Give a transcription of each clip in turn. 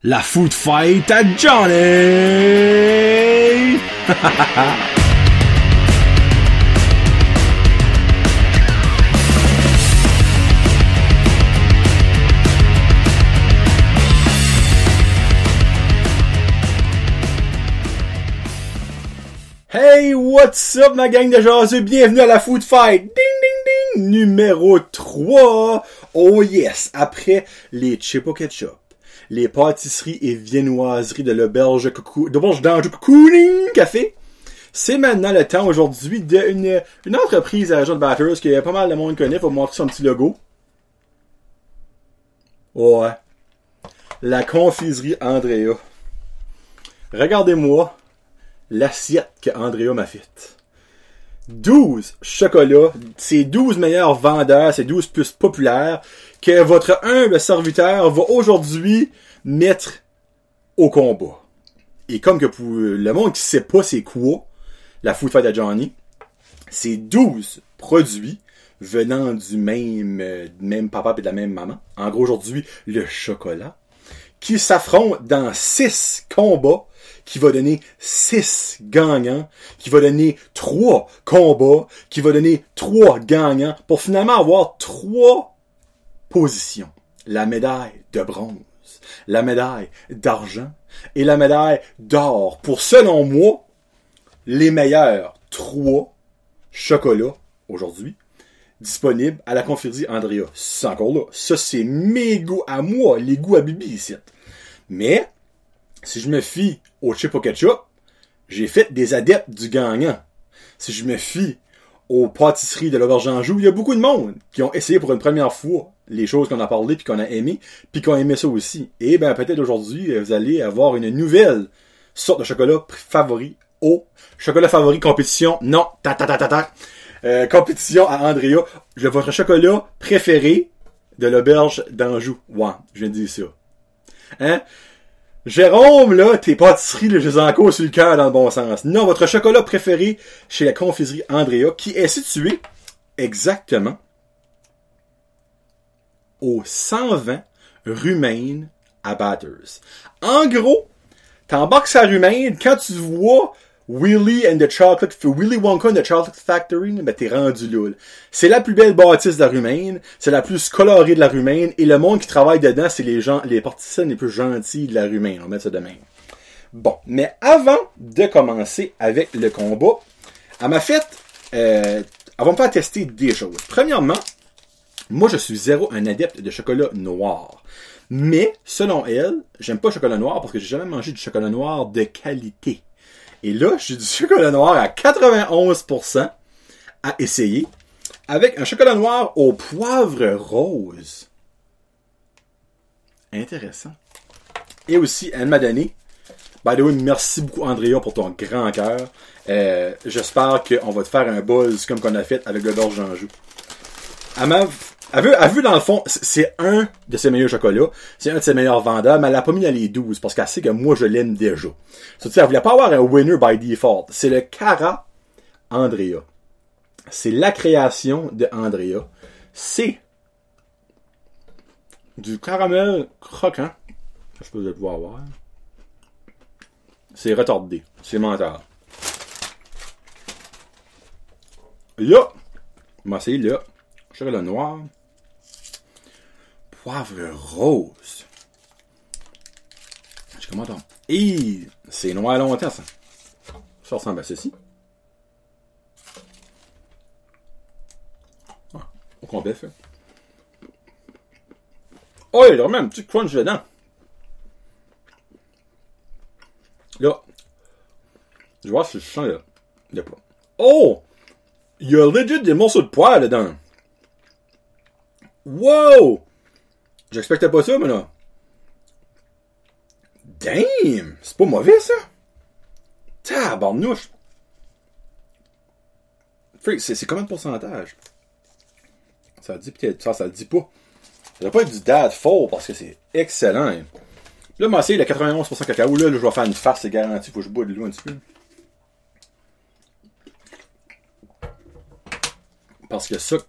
La food fight à Johnny! Hey, what's up ma gang de jaseux? Bienvenue à la food fight! Ding ding ding! Numéro 3! Oh yes! Après les chips au ketchup, les pâtisseries et viennoiseries de l'auberge d'Anjou Cocooning Café, c'est maintenant le temps aujourd'hui d'une entreprise à John Batters que pas mal de monde connaît. Faut vous montrer son petit logo. Ouais. La confiserie Andrea. Regardez-moi l'assiette que Andrea m'a faite. 12 chocolats, ces 12 meilleurs vendeurs, ces 12 plus populaires que votre humble serviteur va aujourd'hui mettre au combat. Et comme que pour le monde qui sait pas c'est quoi la food fight à Johnny, c'est 12 produits venant du même papa et de la même maman. En gros aujourd'hui, le chocolat, qui s'affrontent dans 6 combats qui va donner 6 gagnants, qui va donner 3 combats, qui va donner 3 gagnants, pour finalement avoir 3 positions. La médaille de bronze, la médaille d'argent et la médaille d'or. Pour, selon moi, les meilleurs 3 chocolats, aujourd'hui, disponibles à la confiserie Andrea. C'est encore là. Ça, c'est mes goûts à moi, les goûts à Bibi ici. Mais, si je me fie au chip au ketchup, j'ai fait des adeptes du gagnant. Si je me fie aux pâtisseries de l'auberge d'Anjou, il y a beaucoup de monde qui ont essayé pour une première fois les choses qu'on a parlé puis qu'on a aimé, puis qu'on a aimé ça aussi. Et ben peut-être aujourd'hui, vous allez avoir une nouvelle sorte de chocolat favori au chocolat favori compétition. Non, compétition à Andrea. Votre chocolat préféré de l'auberge d'Anjou. Ouais, je viens de dire ça. Hein? Jérôme, là, tes pâtisseries, là, je les ai encore sur le cœur dans le bon sens. Non, votre chocolat préféré chez la confiserie Andrea, qui est situé exactement au 120 rue Maine à Bathurst. En gros, t'embarques à rue Maine, quand tu vois Willy Wonka and the Chocolate Factory, ben t'es rendu là. C'est la plus belle bâtisse de la rue Maine, c'est la plus colorée de la rue Maine, et le monde qui travaille dedans, c'est les partisans les plus gentils de la rue Maine. On va mettre ça de même. Bon, mais avant de commencer avec le combat, elle m'a fait, elle va me faire tester des choses. Premièrement, moi je suis un adepte de chocolat noir. Mais, selon elle, j'aime pas le chocolat noir parce que j'ai jamais mangé du chocolat noir de qualité. Et là, j'ai du chocolat noir à 91% à essayer, avec un chocolat noir au poivre rose. Intéressant. Et aussi, elle m'a donné, by the way, merci beaucoup Andrea pour ton grand cœur. J'espère qu'on va te faire un buzz comme qu'on a fait avec le l'auberge d'Anjou. Elle veut dans le fond, c'est un de ses meilleurs chocolats, c'est un de ses meilleurs vendeurs, mais elle l'a pas mis dans les 12 parce qu'elle sait que moi je l'aime déjà. C'est-à-dire, elle voulait pas avoir un winner by default. C'est le Cara Andrea. C'est la création de Andrea. C'est du caramel croquant. Je peux le pouvoir voir. C'est retardé. C'est mental. Là, on va essayer là. Chocolat noir. Poivre rose. Je comment on... Et c'est noir longtemps, ça. Ça ressemble à ceci. Ah, au complet, fait. Oh, il y a même un petit crunch dedans. Là. Je vois si je sens le poids. Oh! Il y a legit des morceaux de poivre dedans. Wow! J'expectais pas ça, mais là. Damn! C'est pas mauvais, ça! Tabarnouche! Freak, c'est combien de pourcentage? Ça dit peut-être, ça le dit pas. Ça doit pas être du dad faux parce que c'est excellent. Hein. Là, moi, c'est le 91% cacao. Là, je vais faire une farce, c'est garanti. Faut que je bois de l'eau un petit peu. Parce que ça,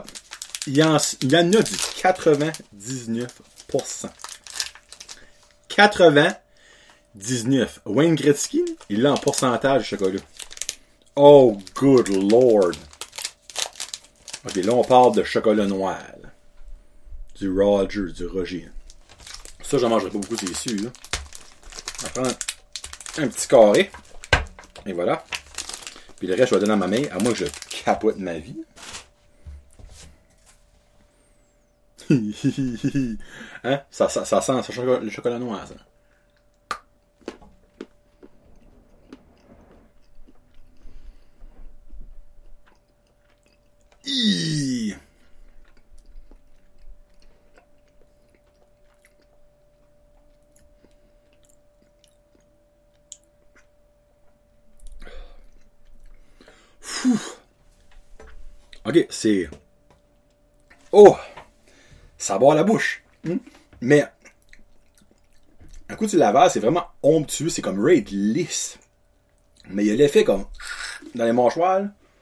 il y en a du 99%. 99. Wayne Gretzky, il l'a en pourcentage, ce chocolat. Oh, good lord. Ok, là, on parle de chocolat noir. Là. Du Roger. Ça, j'en mangerai pas beaucoup, c'est sûr. Là. On va prendre un petit carré. Et voilà. Puis le reste, je vais donner à ma main, à moins que je capote ma vie. Hein? Ça sent le chocolat noir, ça. Ok, c'est... Oh! Ça bat la bouche. Mais, un coup du lavage, c'est vraiment onctueux. C'est comme raid lisse. Mais il y a l'effet comme... Dans les mâchoires.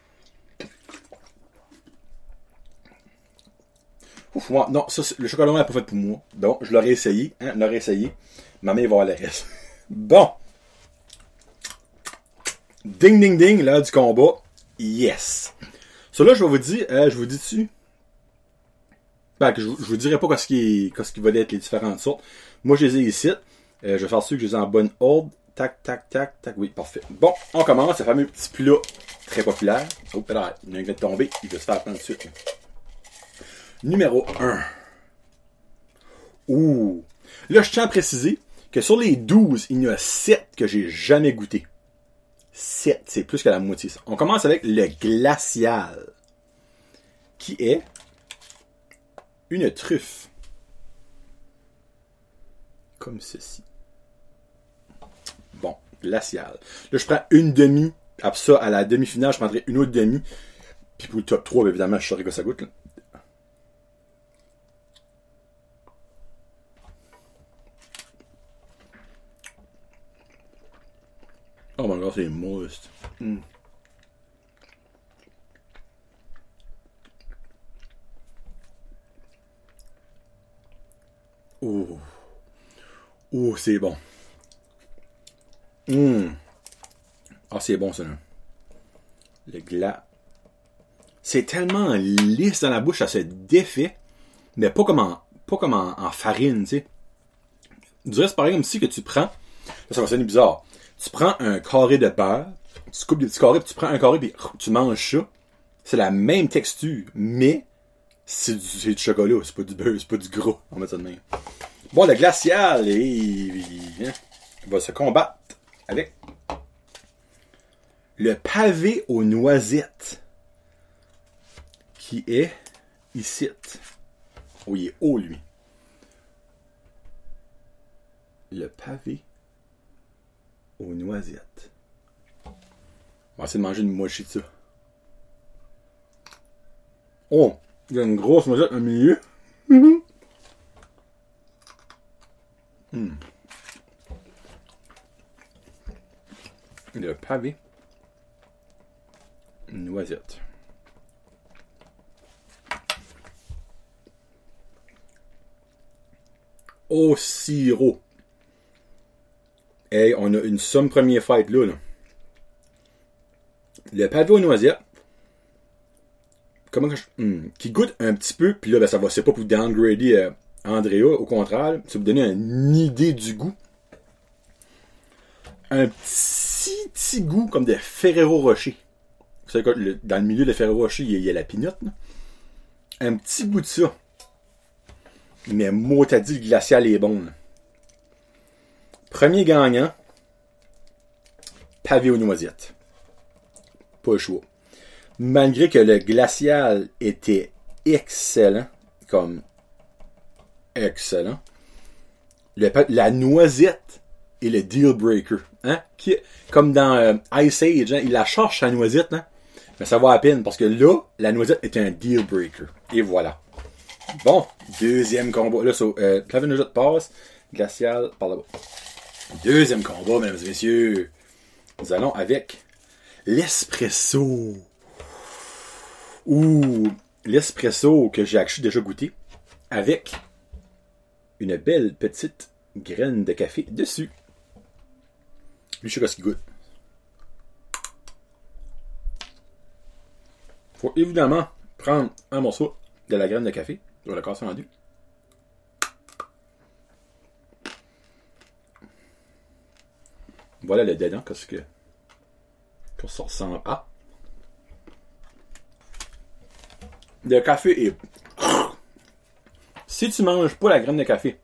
Ouf, moi, non, ça, le chocolat noir n'est pas fait pour moi. Donc, je l'aurais essayé. Hein, Ma main va avoir le reste. Bon. Ding, ding, ding, l'heure du combat. Yes. Ça là, je vais vous dire, je vous dis dessus. Ben, que je vous dirai pas qu'est-ce qui va être les différentes sortes. Moi, je les ai ici. Je vais faire sûr que je les ai en bonne ordre. Tac, tac, tac, tac. Oui, parfait. Bon, on commence. Le fameux petit plat très populaire. Oh, là, il vient de tomber. Il va se faire prendre de suite. Là. Numéro 1. Ouh. Là, je tiens à préciser que sur les 12, il y en a 7 que j'ai jamais goûté. 7, c'est plus que la moitié. Ça. On commence avec le glacial. Qui est une truffe. Comme ceci. Bon, glacial. Là, je prends une demi. Après ça, à la demi-finale, je prendrai une autre demi. Puis pour le top 3, évidemment, je saurai que ça goûte. Là. Oh my god, c'est moist. Oh. Oh, c'est bon. Ah, c'est bon, ça, là. Le glas. C'est tellement lisse dans la bouche, ça se défait. Mais pas comme en farine, tu sais. Je dirais, c'est pareil comme si que tu prends... Ça va sonner bizarre. Tu prends un carré de beurre, tu coupes des petits carrés, puis tu prends un carré, puis tu manges ça. C'est la même texture, mais c'est du chocolat, c'est pas du beurre, c'est pas du gras. On va mettre ça de même. Bon, le glacial, il va se combattre avec le pavé aux noisettes, qui est ici. Oh, il est haut, lui. Le pavé aux noisettes. On va essayer de manger une moitié de ça. Oh, il y a une grosse noisette au milieu. Le pavé. Une noisette. Au sirop. Hey, on a une somme première fête là. Le pavé aux noisettes. Comment que qui goûte un petit peu, puis là, ben, ça va, c'est pas pour downgrader Andrea, au contraire, ça va vous donner une idée du goût. Un petit goût comme de Ferrero Rocher. Vous savez quoi, dans le milieu de Ferrero Rocher, il y a la pinotte. Là. Un petit goût de ça. Mais moi, t'as dit, le glacial est bon. Là. Premier gagnant, pavé aux noisettes. Pas le choix. Malgré que le glacial était excellent, comme excellent, la noisette est le deal breaker. Hein? Comme dans Ice Age, hein? Il la cherche sa noisette, hein? Mais ça va à peine parce que là, la noisette est un deal breaker. Et voilà. Bon, deuxième combat. Là, pavé aux noisettes passe, glacial par là-bas. Deuxième combat, mesdames et messieurs. Nous allons avec l'espresso. Ouh, l'espresso que j'ai déjà goûté avec une belle petite graines de café dessus. Lui, je sais pas ce qu'il goûte. Faut évidemment prendre un morceau de la graine de café. Je vais le casser en deux. Voilà le dedans, qu'est-ce que ça ressemble à. Le café est... Si tu manges pas la graine de café,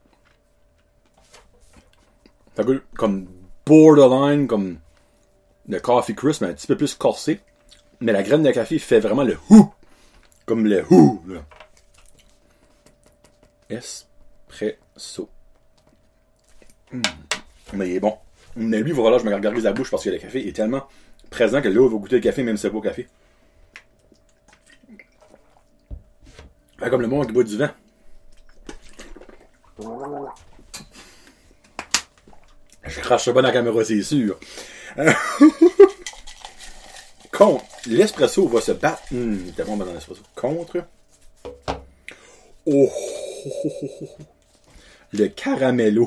ça goûte comme borderline, comme le Coffee Crisp, mais un petit peu plus corsé. Mais la graine de café fait vraiment le hou. Comme le hou, là. Espresso. Mais il est bon. Mais lui, voilà, je me gargarise la bouche parce que le café est tellement présent que là, il va goûter le café, même si c'est pas au café. Fait comme le monde qui boit du vent. Je crache ça bien dans la caméra, c'est sûr. Contre, l'espresso va se battre. T'es bon dans l'espresso. Contre. Oh. Le caramello.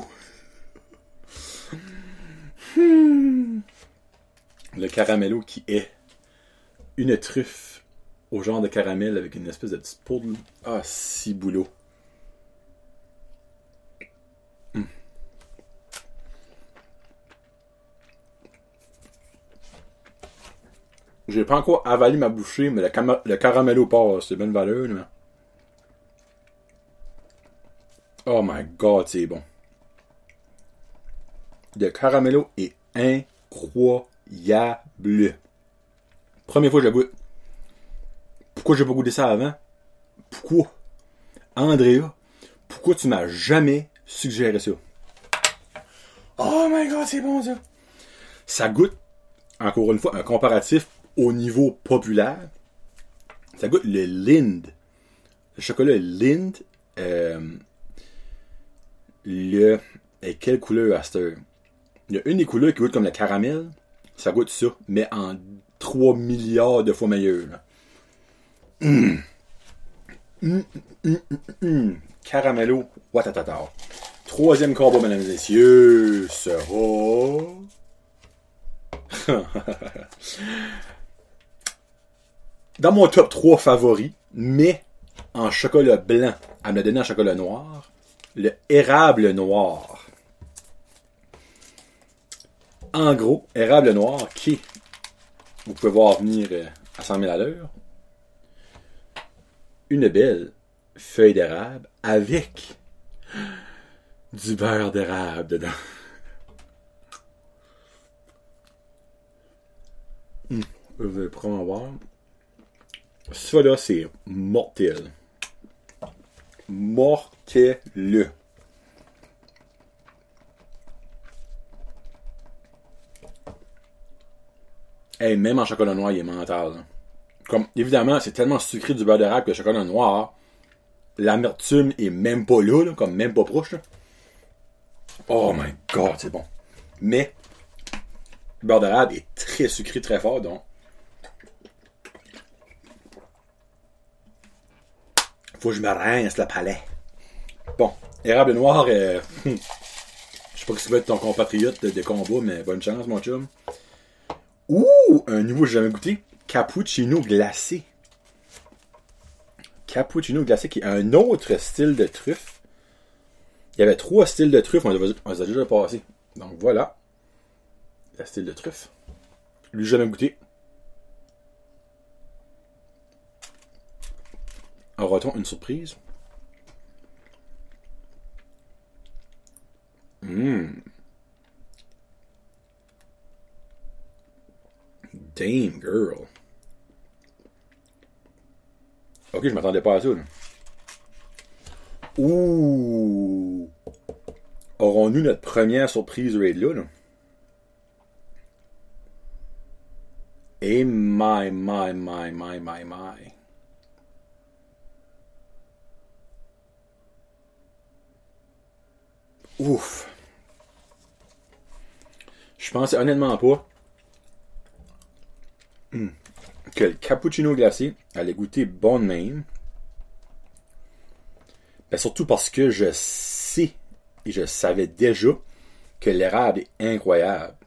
Le caramello qui est une truffe au genre de caramel avec une espèce de petite poudre. Ah, si boulot. J'ai pas encore avalé ma bouchée, mais le caramello passe. C'est bonne valeur, là. Oh my god, c'est bon. Le caramello est incroyable. Première fois que je le goûte. Pourquoi j'ai pas goûté ça avant? Pourquoi? Andrea, pourquoi tu m'as jamais suggéré ça? Oh my god, c'est bon ça! Ça goûte, encore une fois, un comparatif au niveau populaire. Ça goûte le Lind. Le chocolat Lind. Quelle couleur à cette heure? Il y a une des couleurs qui goûte comme le caramel. Ça goûte ça, mais en 3 milliards de fois meilleur. Caramello, watatata. Troisième combo, mesdames et messieurs, sera... Dans mon top 3 favoris, mais en chocolat blanc, à me donner en chocolat noir, le érable noir. En gros, érable noir qui, vous pouvez voir venir à 100 000 à l'heure, une belle feuille d'érable avec du beurre d'érable dedans. Vous allez probablement voir. Ça là, c'est mortel. Mortel. Hey, même en chocolat noir, il est mental. Hein. Comme, évidemment, c'est tellement sucré du beurre d'érable que le chocolat noir, l'amertume est même pas là, comme même pas proche. Là. Oh my god, c'est bon. Mais, le beurre d'érable est très sucré, très fort, donc. Faut que je me rince le palais. Bon, érable noir, je sais pas que ça va être ton compatriote de combat, mais bonne chance, mon chum. Ouh, un nouveau que j'ai jamais goûté. Cappuccino glacé. Cappuccino glacé qui est un autre style de truffe. Il y avait 3 styles de truffe, on les a déjà passés. Donc voilà. Le style de truffe. Lui, j'ai jamais goûté. Aura-t-on une surprise? Damn girl. Ok, je m'attendais pas à ça. Là. Ouh. Aurons-nous notre première surprise raid là? Et my. Ouf. Je pensais honnêtement pas que le cappuccino glacé allait goûter bon de même. Ben surtout parce que je sais et je savais déjà que l'érable est incroyable.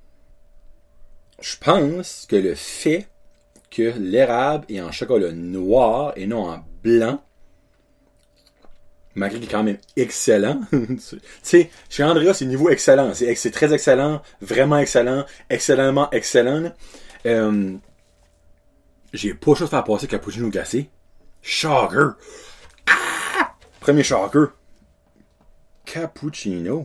Je pense que le fait que l'érable est en chocolat noir et non en blanc, malgré qu'il est quand même excellent. Tu sais, chez Andrea, c'est niveau excellent. C'est très excellent, vraiment excellent, excellemment excellent. J'ai pas chose à faire passer cappuccino glacé. Shocker! Ah! Premier shocker. Cappuccino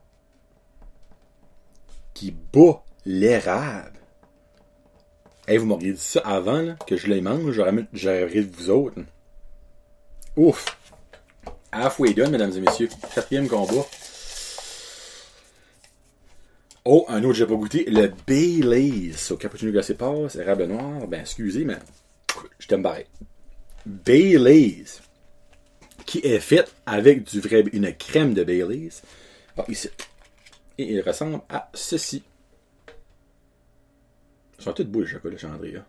qui bat l'érable. Hey, vous m'auriez dit ça avant là, que je les mange, j'aurais ri de vous autres. Ouf! Halfway done, mesdames et messieurs. 4e combat. Oh, un autre que j'ai pas goûté. Le Baileys. Au cappuccino glacé passe, érable noir. Ben, excusez, mais je t'aime pareil. Baileys. Qui est fait avec une crème de Baileys. Bon, ici. Et il ressemble à ceci. Ils sont toutes boules de chocolat chez Andrea.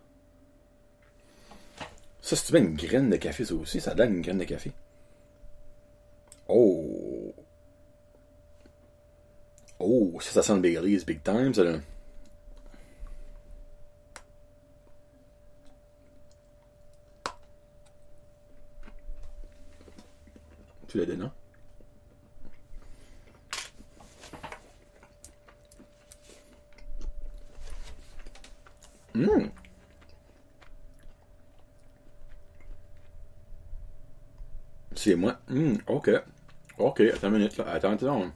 Ça, c'est une graine de café, ça aussi. Ça donne une graine de café. Oh! Oh, ça sent le Baileys big time, ça là. Tu l'as donné, non? C'est moi. Ok. Ok, attends une minute là. Attends.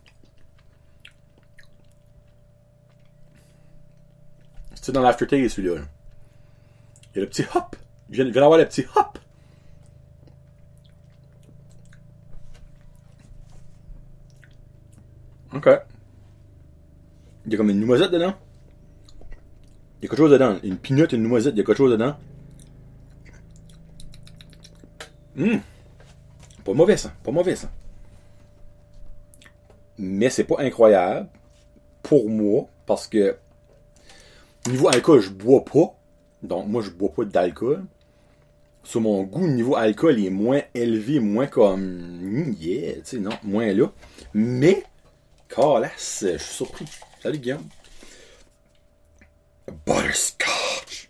C'est dans l'aftertaste celui-là. Il y a le petit hop. Je viens d'avoir le petit hop. Ok. Il y a comme une noisette dedans. Il y a quelque chose dedans. Une peanut, une noisette, il y a quelque chose dedans. Pas mauvais ça. Pas mauvais ça. Mais c'est pas incroyable. Pour moi. Parce que niveau alcool, je bois pas. Donc moi, je bois pas d'alcool. Sur mon goût, niveau alcool, il est moins élevé, moins comme... yeah, tu sais, non, moins là. Mais, calasse, je suis surpris. Salut Guillaume. Butterscotch.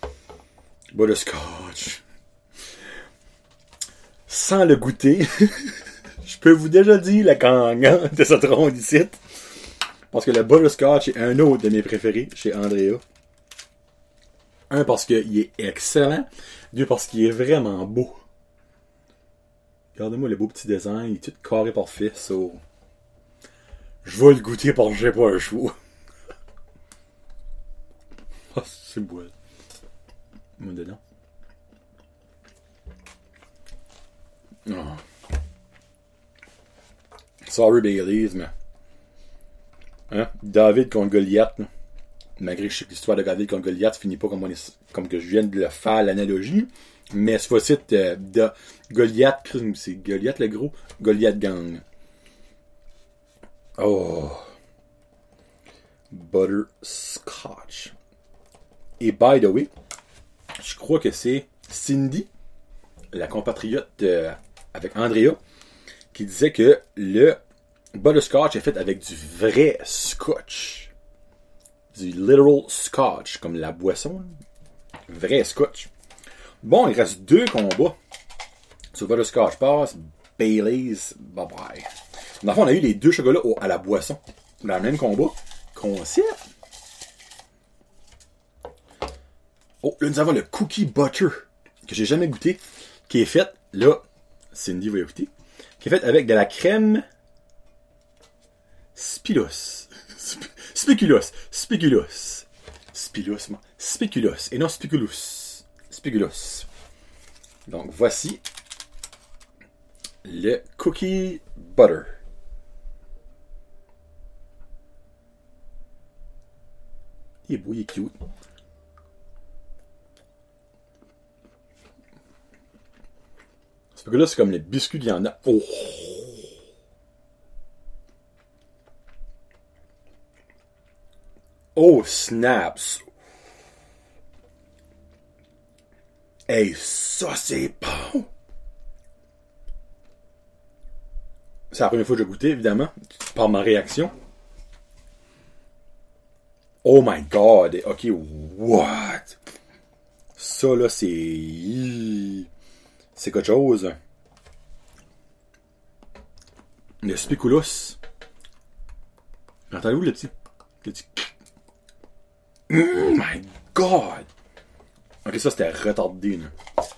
Sans le goûter, je peux vous déjà dire le gagnant de cette ronde ici. Parce que le butterscotch est un autre de mes préférés chez Andrea. Un, parce qu'il est excellent. Deux, parce qu'il est vraiment beau. Regardez-moi le beau petit design. Il est tout carré parfait. So... je vais le goûter parce que j'ai pas un choix. Ah, c'est beau. Moi dedans. Oh. Sorry Baileys, mais... hein? David contre Goliath. Là. Malgré que je sais que l'histoire de David contre Goliath finit pas comme que je viens de le faire l'analogie. Mais ce fois-ci, de Goliath, c'est Goliath le gros, Goliath Gang. Oh. Butterscotch. Et by the way, je crois que c'est Cindy, la compatriote avec Andrea, qui disait que le butterscotch est fait avec du vrai scotch. Du literal scotch, comme la boisson. Vrai scotch. Bon, il reste 2 combats. Sur butterscotch passe, Baileys, bye bye. Dans le fond, on a eu les 2 chocolats à la boisson. Dans le même combat. Concept. Oh, là, nous avons le cookie butter, que j'ai jamais goûté, qui est fait, là, Cindy va écouter, qui est fait avec de la crème Spéculoos, et non Spéculoos. Donc, voici le cookie butter. Il est beau, il est cute. Spéculoos, c'est comme les biscuits qu'il y en a. Oh! Oh, snaps! Hey, ça c'est bon! C'est la première fois que j'ai goûté, évidemment, par ma réaction. Oh my god! Ok, what? Ça, là, c'est... C'est quelque chose. Le spéculus. Entendez-vous le petit... Oh my god! Ok, ça, c'était retardé, là.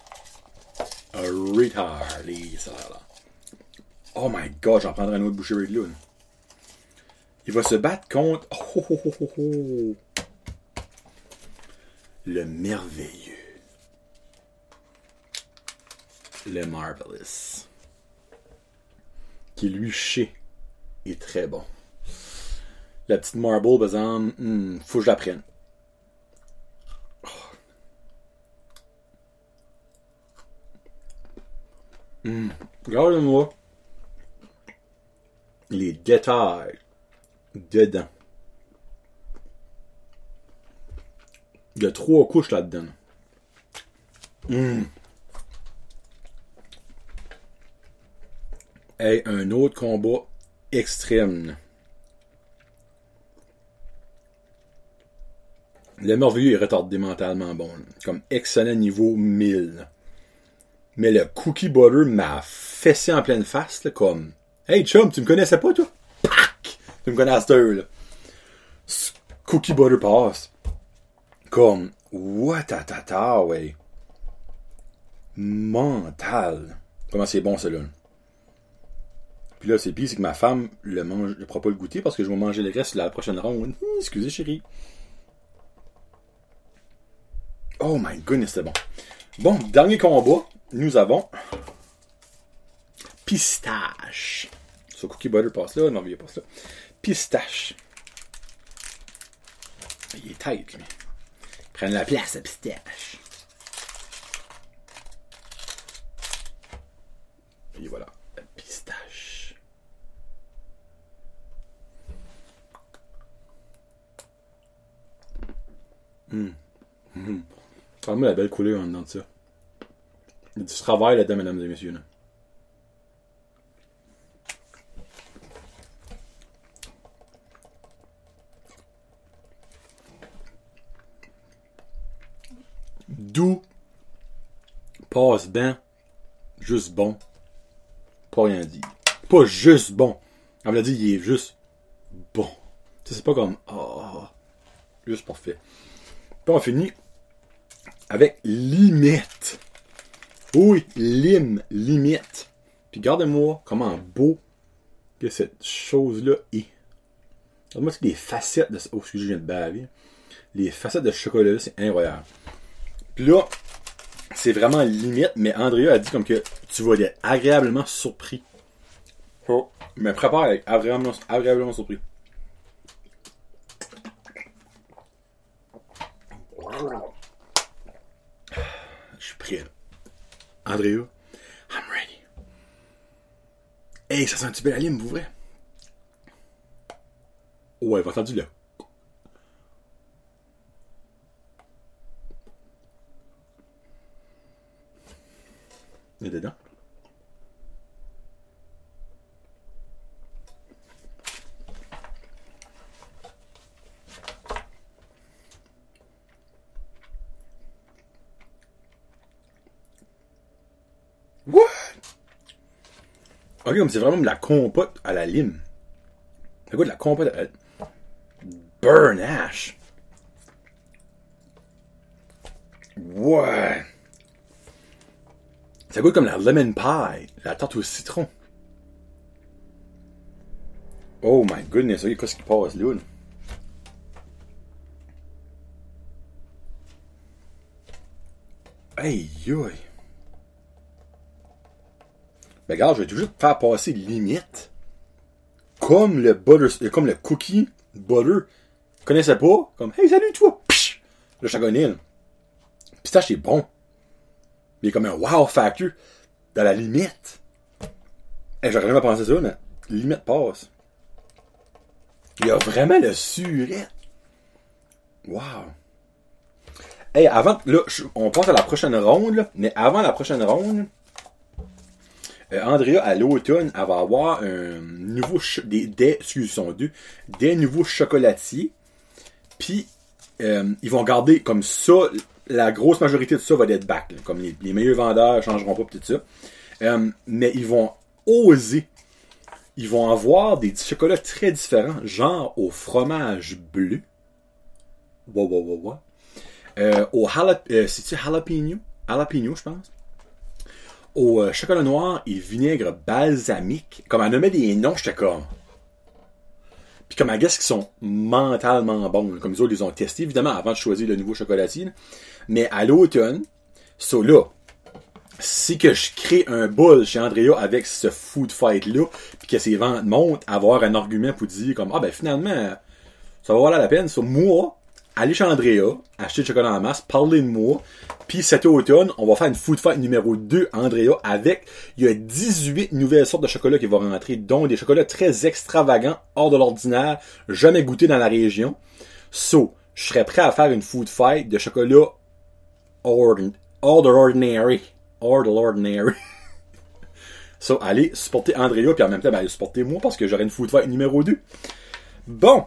Retardé, ça, là. Oh my god, j'en prendrai un autre bouchée de là. Il va se battre contre... Le merveilleux. Le Marvelous. Qui, lui, est très bon. La petite Marble, par exemple, faut que je la prenne. Regardez-moi les détails dedans. Il y a 3 couches là-dedans. Hey, un autre combat extrême. Le merveilleux est retardé mentalement bon. Comme excellent niveau 1000. Mais le cookie butter m'a fessé en pleine face. Là, comme, hey chum, tu me connaissais pas toi? Pac! Tu me connais à cette heure là. Cookie butter pass. Comme, what ta ouais. Mental. Comment c'est bon celui-là. Puis là, c'est pire, c'est que ma femme le mange, ne pourra pas le goûter parce que je vais manger le reste la prochaine ronde. Excusez chérie. Oh my goodness, c'est bon. Bon, dernier combat, nous avons pistache. So, cookie butter passe là, non, il passe là. Pistache. Il est tight, lui. Prenne la place à pistache. Et voilà, la pistache. Parle-moi la belle couleur en dedans de ça. Il y a du travail là-dedans, mesdames et messieurs. Là. Doux. Passe bien. Juste bon. Pas rien dit. Pas juste bon. On l'a dit, il est juste bon. Tu sais, c'est pas comme... Oh, juste parfait. Puis on finit avec limite. Oui, limite. Puis regardez-moi comment beau que cette chose-là est. Regardez-moi les facettes de... Oh, excusez, je viens de baver. Les facettes de chocolat, c'est incroyable. Puis là, c'est vraiment limite, mais Andrea a dit comme que tu vas être agréablement surpris. Oh, mais prépare avec agréablement surpris. Je suis prêt. Andrea, I'm ready. Hey, ça sent un petit peu la lime, vous vrai? Ouais, vous entendu là. Il est dedans. What? Ok, comme c'est vraiment de la compote à la lime. C'est quoi de la compote à la... Burn ash. Ouais. Ça goûte comme la lemon pie, la tarte au citron. Oh my goodness, regarde qu'est-ce qui passe là. Aïe aïe. Ben regarde, je vais toujours te faire passer limite. Comme le butter, comme le cookie butter. Je connaissais pas. Comme, hey salut toi. Psh! Le chagonil. Pistache est bon. Il est comme un wow factor. Dans la limite. Hey, j'aurais jamais pensé ça, mais limite passe. Il y a vraiment le surette. Wow. Hey, avant, là, on passe à la prochaine ronde, là, mais avant la prochaine ronde, Andrea, à l'automne, elle va avoir un nouveau des nouveaux chocolatiers. Puis, ils vont garder comme ça, la grosse majorité de ça va être back. Là, comme les meilleurs vendeurs changeront pas, tout ça. Mais ils vont oser. Ils vont avoir des chocolats très différents, genre au fromage bleu. Au c'est-tu jalapeno? Jalapeno, je pense. Au chocolat noir et vinaigre balsamique. Comme elle nommait des noms, j'étais comme... Puis comme elle guess qu'ils sont mentalement bons. Là, comme les autres, ils les ont testés, évidemment, avant de choisir le nouveau chocolatier. Là. Mais à l'automne, ça là, si que je crée un bowl chez Andrea avec ce food fight-là, puis que ses ventes montent, avoir un argument pour dire comme, ah ben finalement, ça va valoir la peine. Sur moi, aller chez Andrea, acheter du chocolat en masse, parler de moi, puis cet automne, on va faire une food fight numéro 2 Andrea avec, il y a 18 nouvelles sortes de chocolat qui vont rentrer, dont des chocolats très extravagants, hors de l'ordinaire, jamais goûtés dans la région. So, je serais prêt à faire une food fight de chocolat hors de l'ordinary. Hors de l'ordinary. So, allez supporter Andrea, puis en même temps, allez supporter moi, parce que j'aurai une food fight numéro 2. Bon.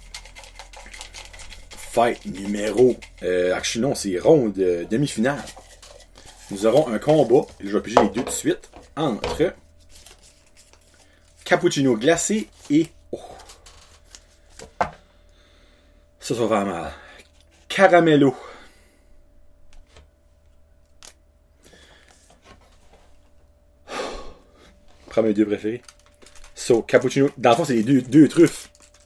Fight numéro... actually non, c'est ronde demi-finale. Nous aurons un combat, et je vais piger les deux de suite, entre cappuccino glacé et... Oh. Ça va faire mal. Caramello. Prends mes deux préférés. So, cappuccino... Dans le fond, c'est les deux truffes.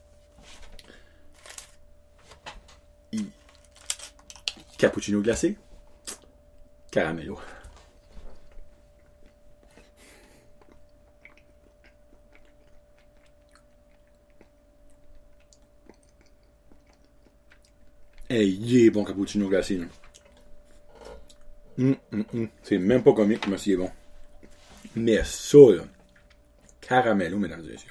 Cappuccino glacé, caramello. Hey, il est bon cappuccino glacé. C'est même pas comique, mais c'est bon. Mais ça, là, caramello, mesdames et messieurs.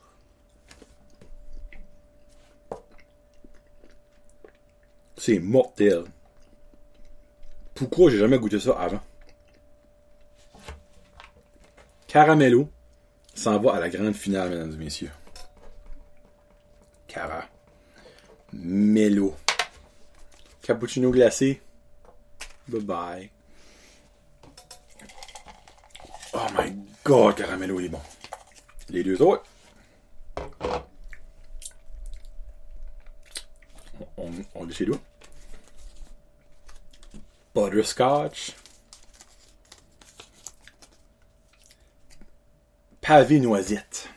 C'est mortel. Pourquoi j'ai jamais goûté ça avant? Caramello s'en va à la grande finale, mesdames et messieurs. Caramello. Cappuccino glacé. Bye bye. Oh my god, caramello est bon. Les deux autres. On le sait d'où? Butterscotch. Pavé noisette.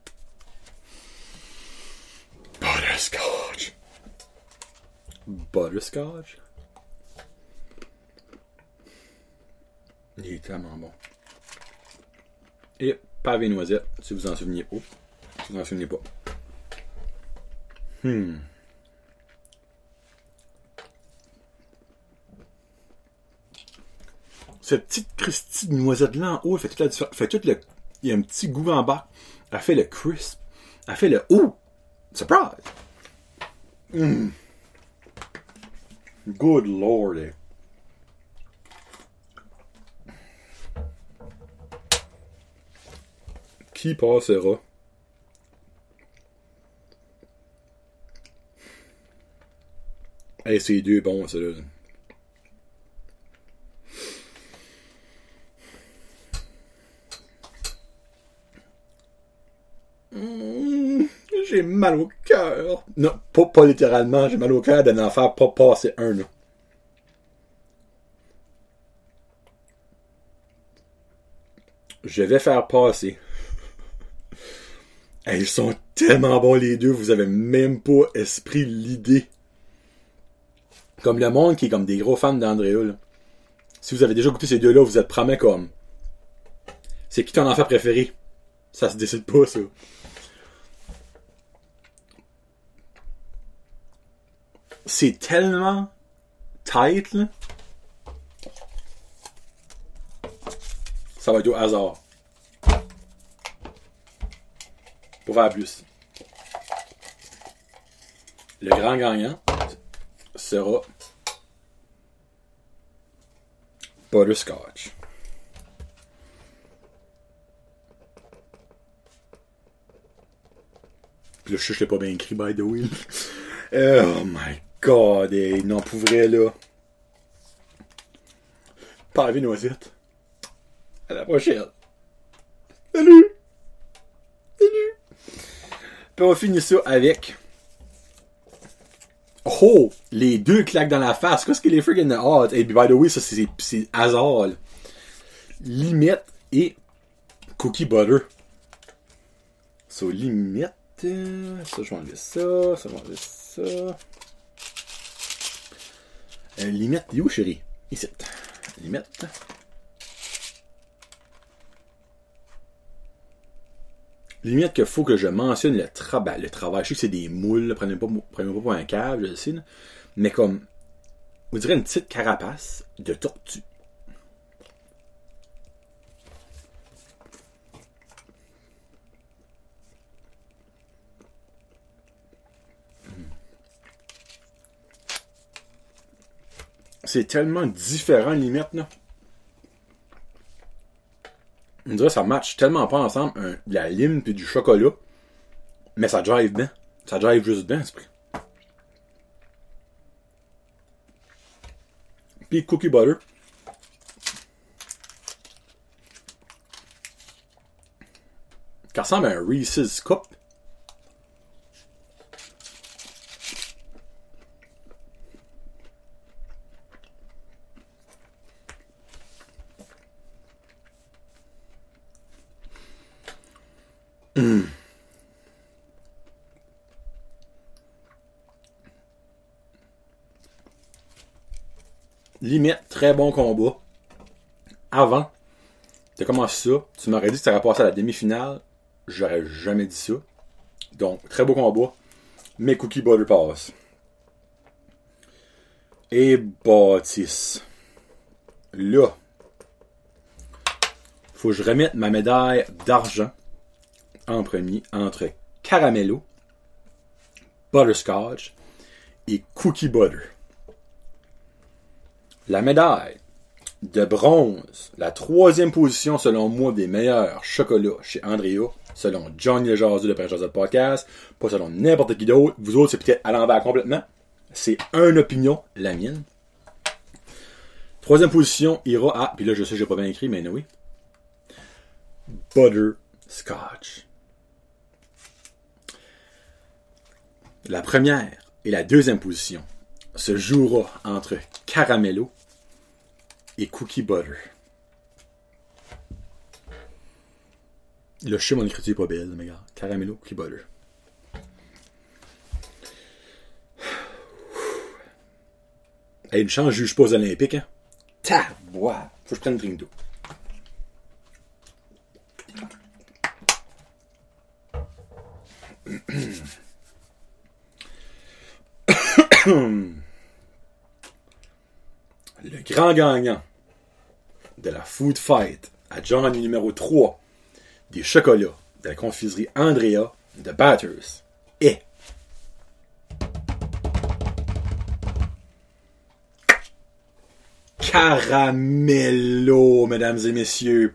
Butterscotch. Butterscotch. Il est tellement bon. Et pavé noisette, si vous en souveniez pas. Si vous en souvenez pas. Cette petite crustille de noisette-là en haut, elle fait toute la différence. Il y a un petit goût en bas. Elle fait le crisp. Elle fait le surprise! Good lord. Qui passera? Hey, c'est deux bons, ça là. J'ai mal au cœur. Non, pas littéralement, j'ai mal au cœur d'en faire pas passer un, là. Je vais faire passer. Hey, ils sont tellement bons les deux, vous avez même pas esprit l'idée. Comme le monde qui est comme des gros fans d'Andrea, là. Si vous avez déjà goûté ces deux-là, vous êtes promet comme... C'est qui ton enfant préféré? Ça se décide pas, ça. C'est tellement tight, là. Ça va être au hasard. Pour faire plus. Le grand gagnant sera Butterscotch. Puis là, je l'ai pas bien écrit, by the way. Oh my god, hey, non, pour vrai, là. Pavé noisette. À la prochaine. Salut! Salut! Puis on finit ça avec... Oh! Les deux claques dans la face. Qu'est-ce que les friggin' hot? Et by the way, ça, c'est hasard, là. Limette et cookie butter. So, limette. Ça, je vais enlever ça. Ça, je vais enlever ça. Limette, il est où, chérie? Ici. Limette. Limite qu'il faut que je mentionne le travail. Le travail, je sais que c'est des moules, prenez-moi pas pour un câble, je sais, là. Mais comme, on dirait une petite carapace de tortue. C'est tellement différent, limite, là. On dirait que ça match tellement pas ensemble, de la lime puis du chocolat. Mais ça drive bien. Ça drive juste bien, c'est pris. Puis cookie butter. Qui ressemble à un Reese's Cup. Limite, très bon combat. Avant de commencer ça, tu m'aurais dit que tu aurais passé à la demi-finale. J'aurais jamais dit ça. Donc, très beau combat. Mais cookie butter passe. Et bâtisse. Là, faut que je remette ma médaille d'argent en premier entre caramello, butterscotch et cookie butter. La médaille de bronze, la 3e position selon moi des meilleurs chocolats chez Andrea, selon Johnny le Jaseux de Père Joseph Podcast, pas selon n'importe qui d'autre. Vous autres, c'est peut-être à l'envers complètement. C'est une opinion, la mienne. 3e position ira à, puis là je sais que j'ai pas bien écrit, mais oui. Butterscotch. La première et la 2e position se jouera entre caramello et cookie butter. Là, je sais mon écriture est pas belle, mais regarde. Caramello, cookie butter. Hey, une chance, je juge pas aux Olympiques, hein. Tabois! Faut que je prenne une drink d'eau. Le grand gagnant de la Food Fight à Johnny numéro 3 des chocolats de la confiserie Andrea de Batters est Caramello, mesdames et messieurs.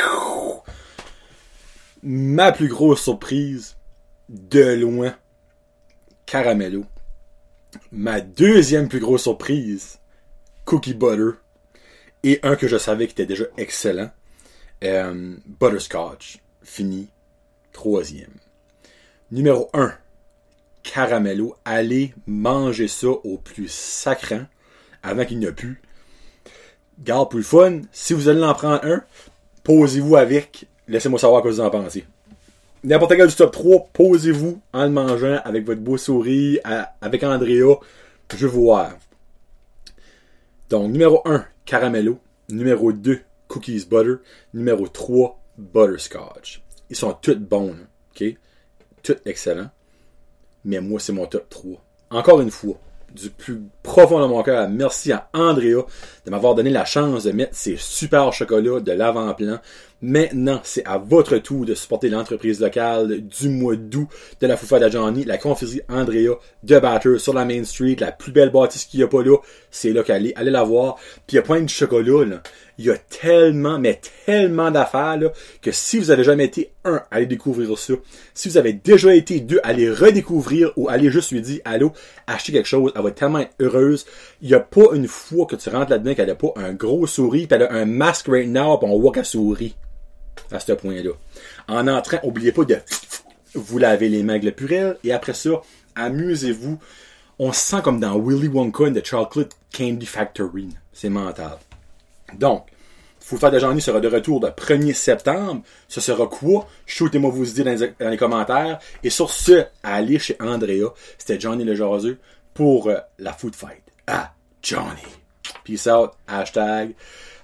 Ma plus grosse surprise, de loin, Caramello. Ma 2e plus grosse surprise, Cookie Butter. Et un que je savais qui était déjà excellent, Butterscotch, fini 3e. Numéro 1, Caramello. Allez manger ça au plus sacrant, avant qu'il n'y ait plus. Garde pour le fun, si vous allez en prendre un, posez-vous avec, laissez-moi savoir ce que vous en pensez. N'importe quel du top 3, posez-vous en le mangeant avec votre beau sourire, avec Andrea, je veux voir. Donc, numéro 1, Caramello. Numéro 2, Cookies Butter. Numéro 3, Butterscotch. Ils sont tous bons, là, ok? Tous excellents. Mais moi, c'est mon top 3. Encore une fois, du plus profond de mon cœur, merci à Andrea de m'avoir donné la chance de mettre ces super chocolats de l'avant-plan Maintenant, c'est à votre tour de supporter l'entreprise locale du mois d'août de la Food Fight à Johnny, la confiserie Andrea de Batter sur la Main Street, la plus belle bâtisse qu'il y a pas là. C'est là qu'allez, allez la voir. Puis il y a plein de chocolat, là. Il y a tellement, mais tellement d'affaires, là, que si vous avez jamais été allez découvrir ça. Si vous avez déjà été allez redécouvrir ou allez juste lui dire, allô, achetez quelque chose. Elle va tellement être heureuse. Il y a pas une fois que tu rentres là-dedans qu'elle a pas un gros sourire pis elle a un masque right now pis on voit qu'elle sourit. À ce point-là. En entrant, oubliez pas de vous laver les mains avec le Purell et après ça, amusez-vous. On se sent comme dans Willy Wonka and the Chocolate Candy Factory. C'est mental. Donc, Food Fight de Johnny sera de retour le 1er septembre. Ce sera quoi? Shootez-moi vos idées dans les commentaires. Et sur ce, allez chez Andrea. C'était Johnny le Jaseux pour la Food Fight à Johnny. Peace out. Hashtag...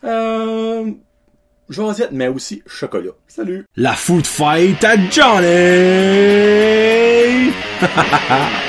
Josette, mais aussi chocolat. Salut! La Food Fight à Johnny!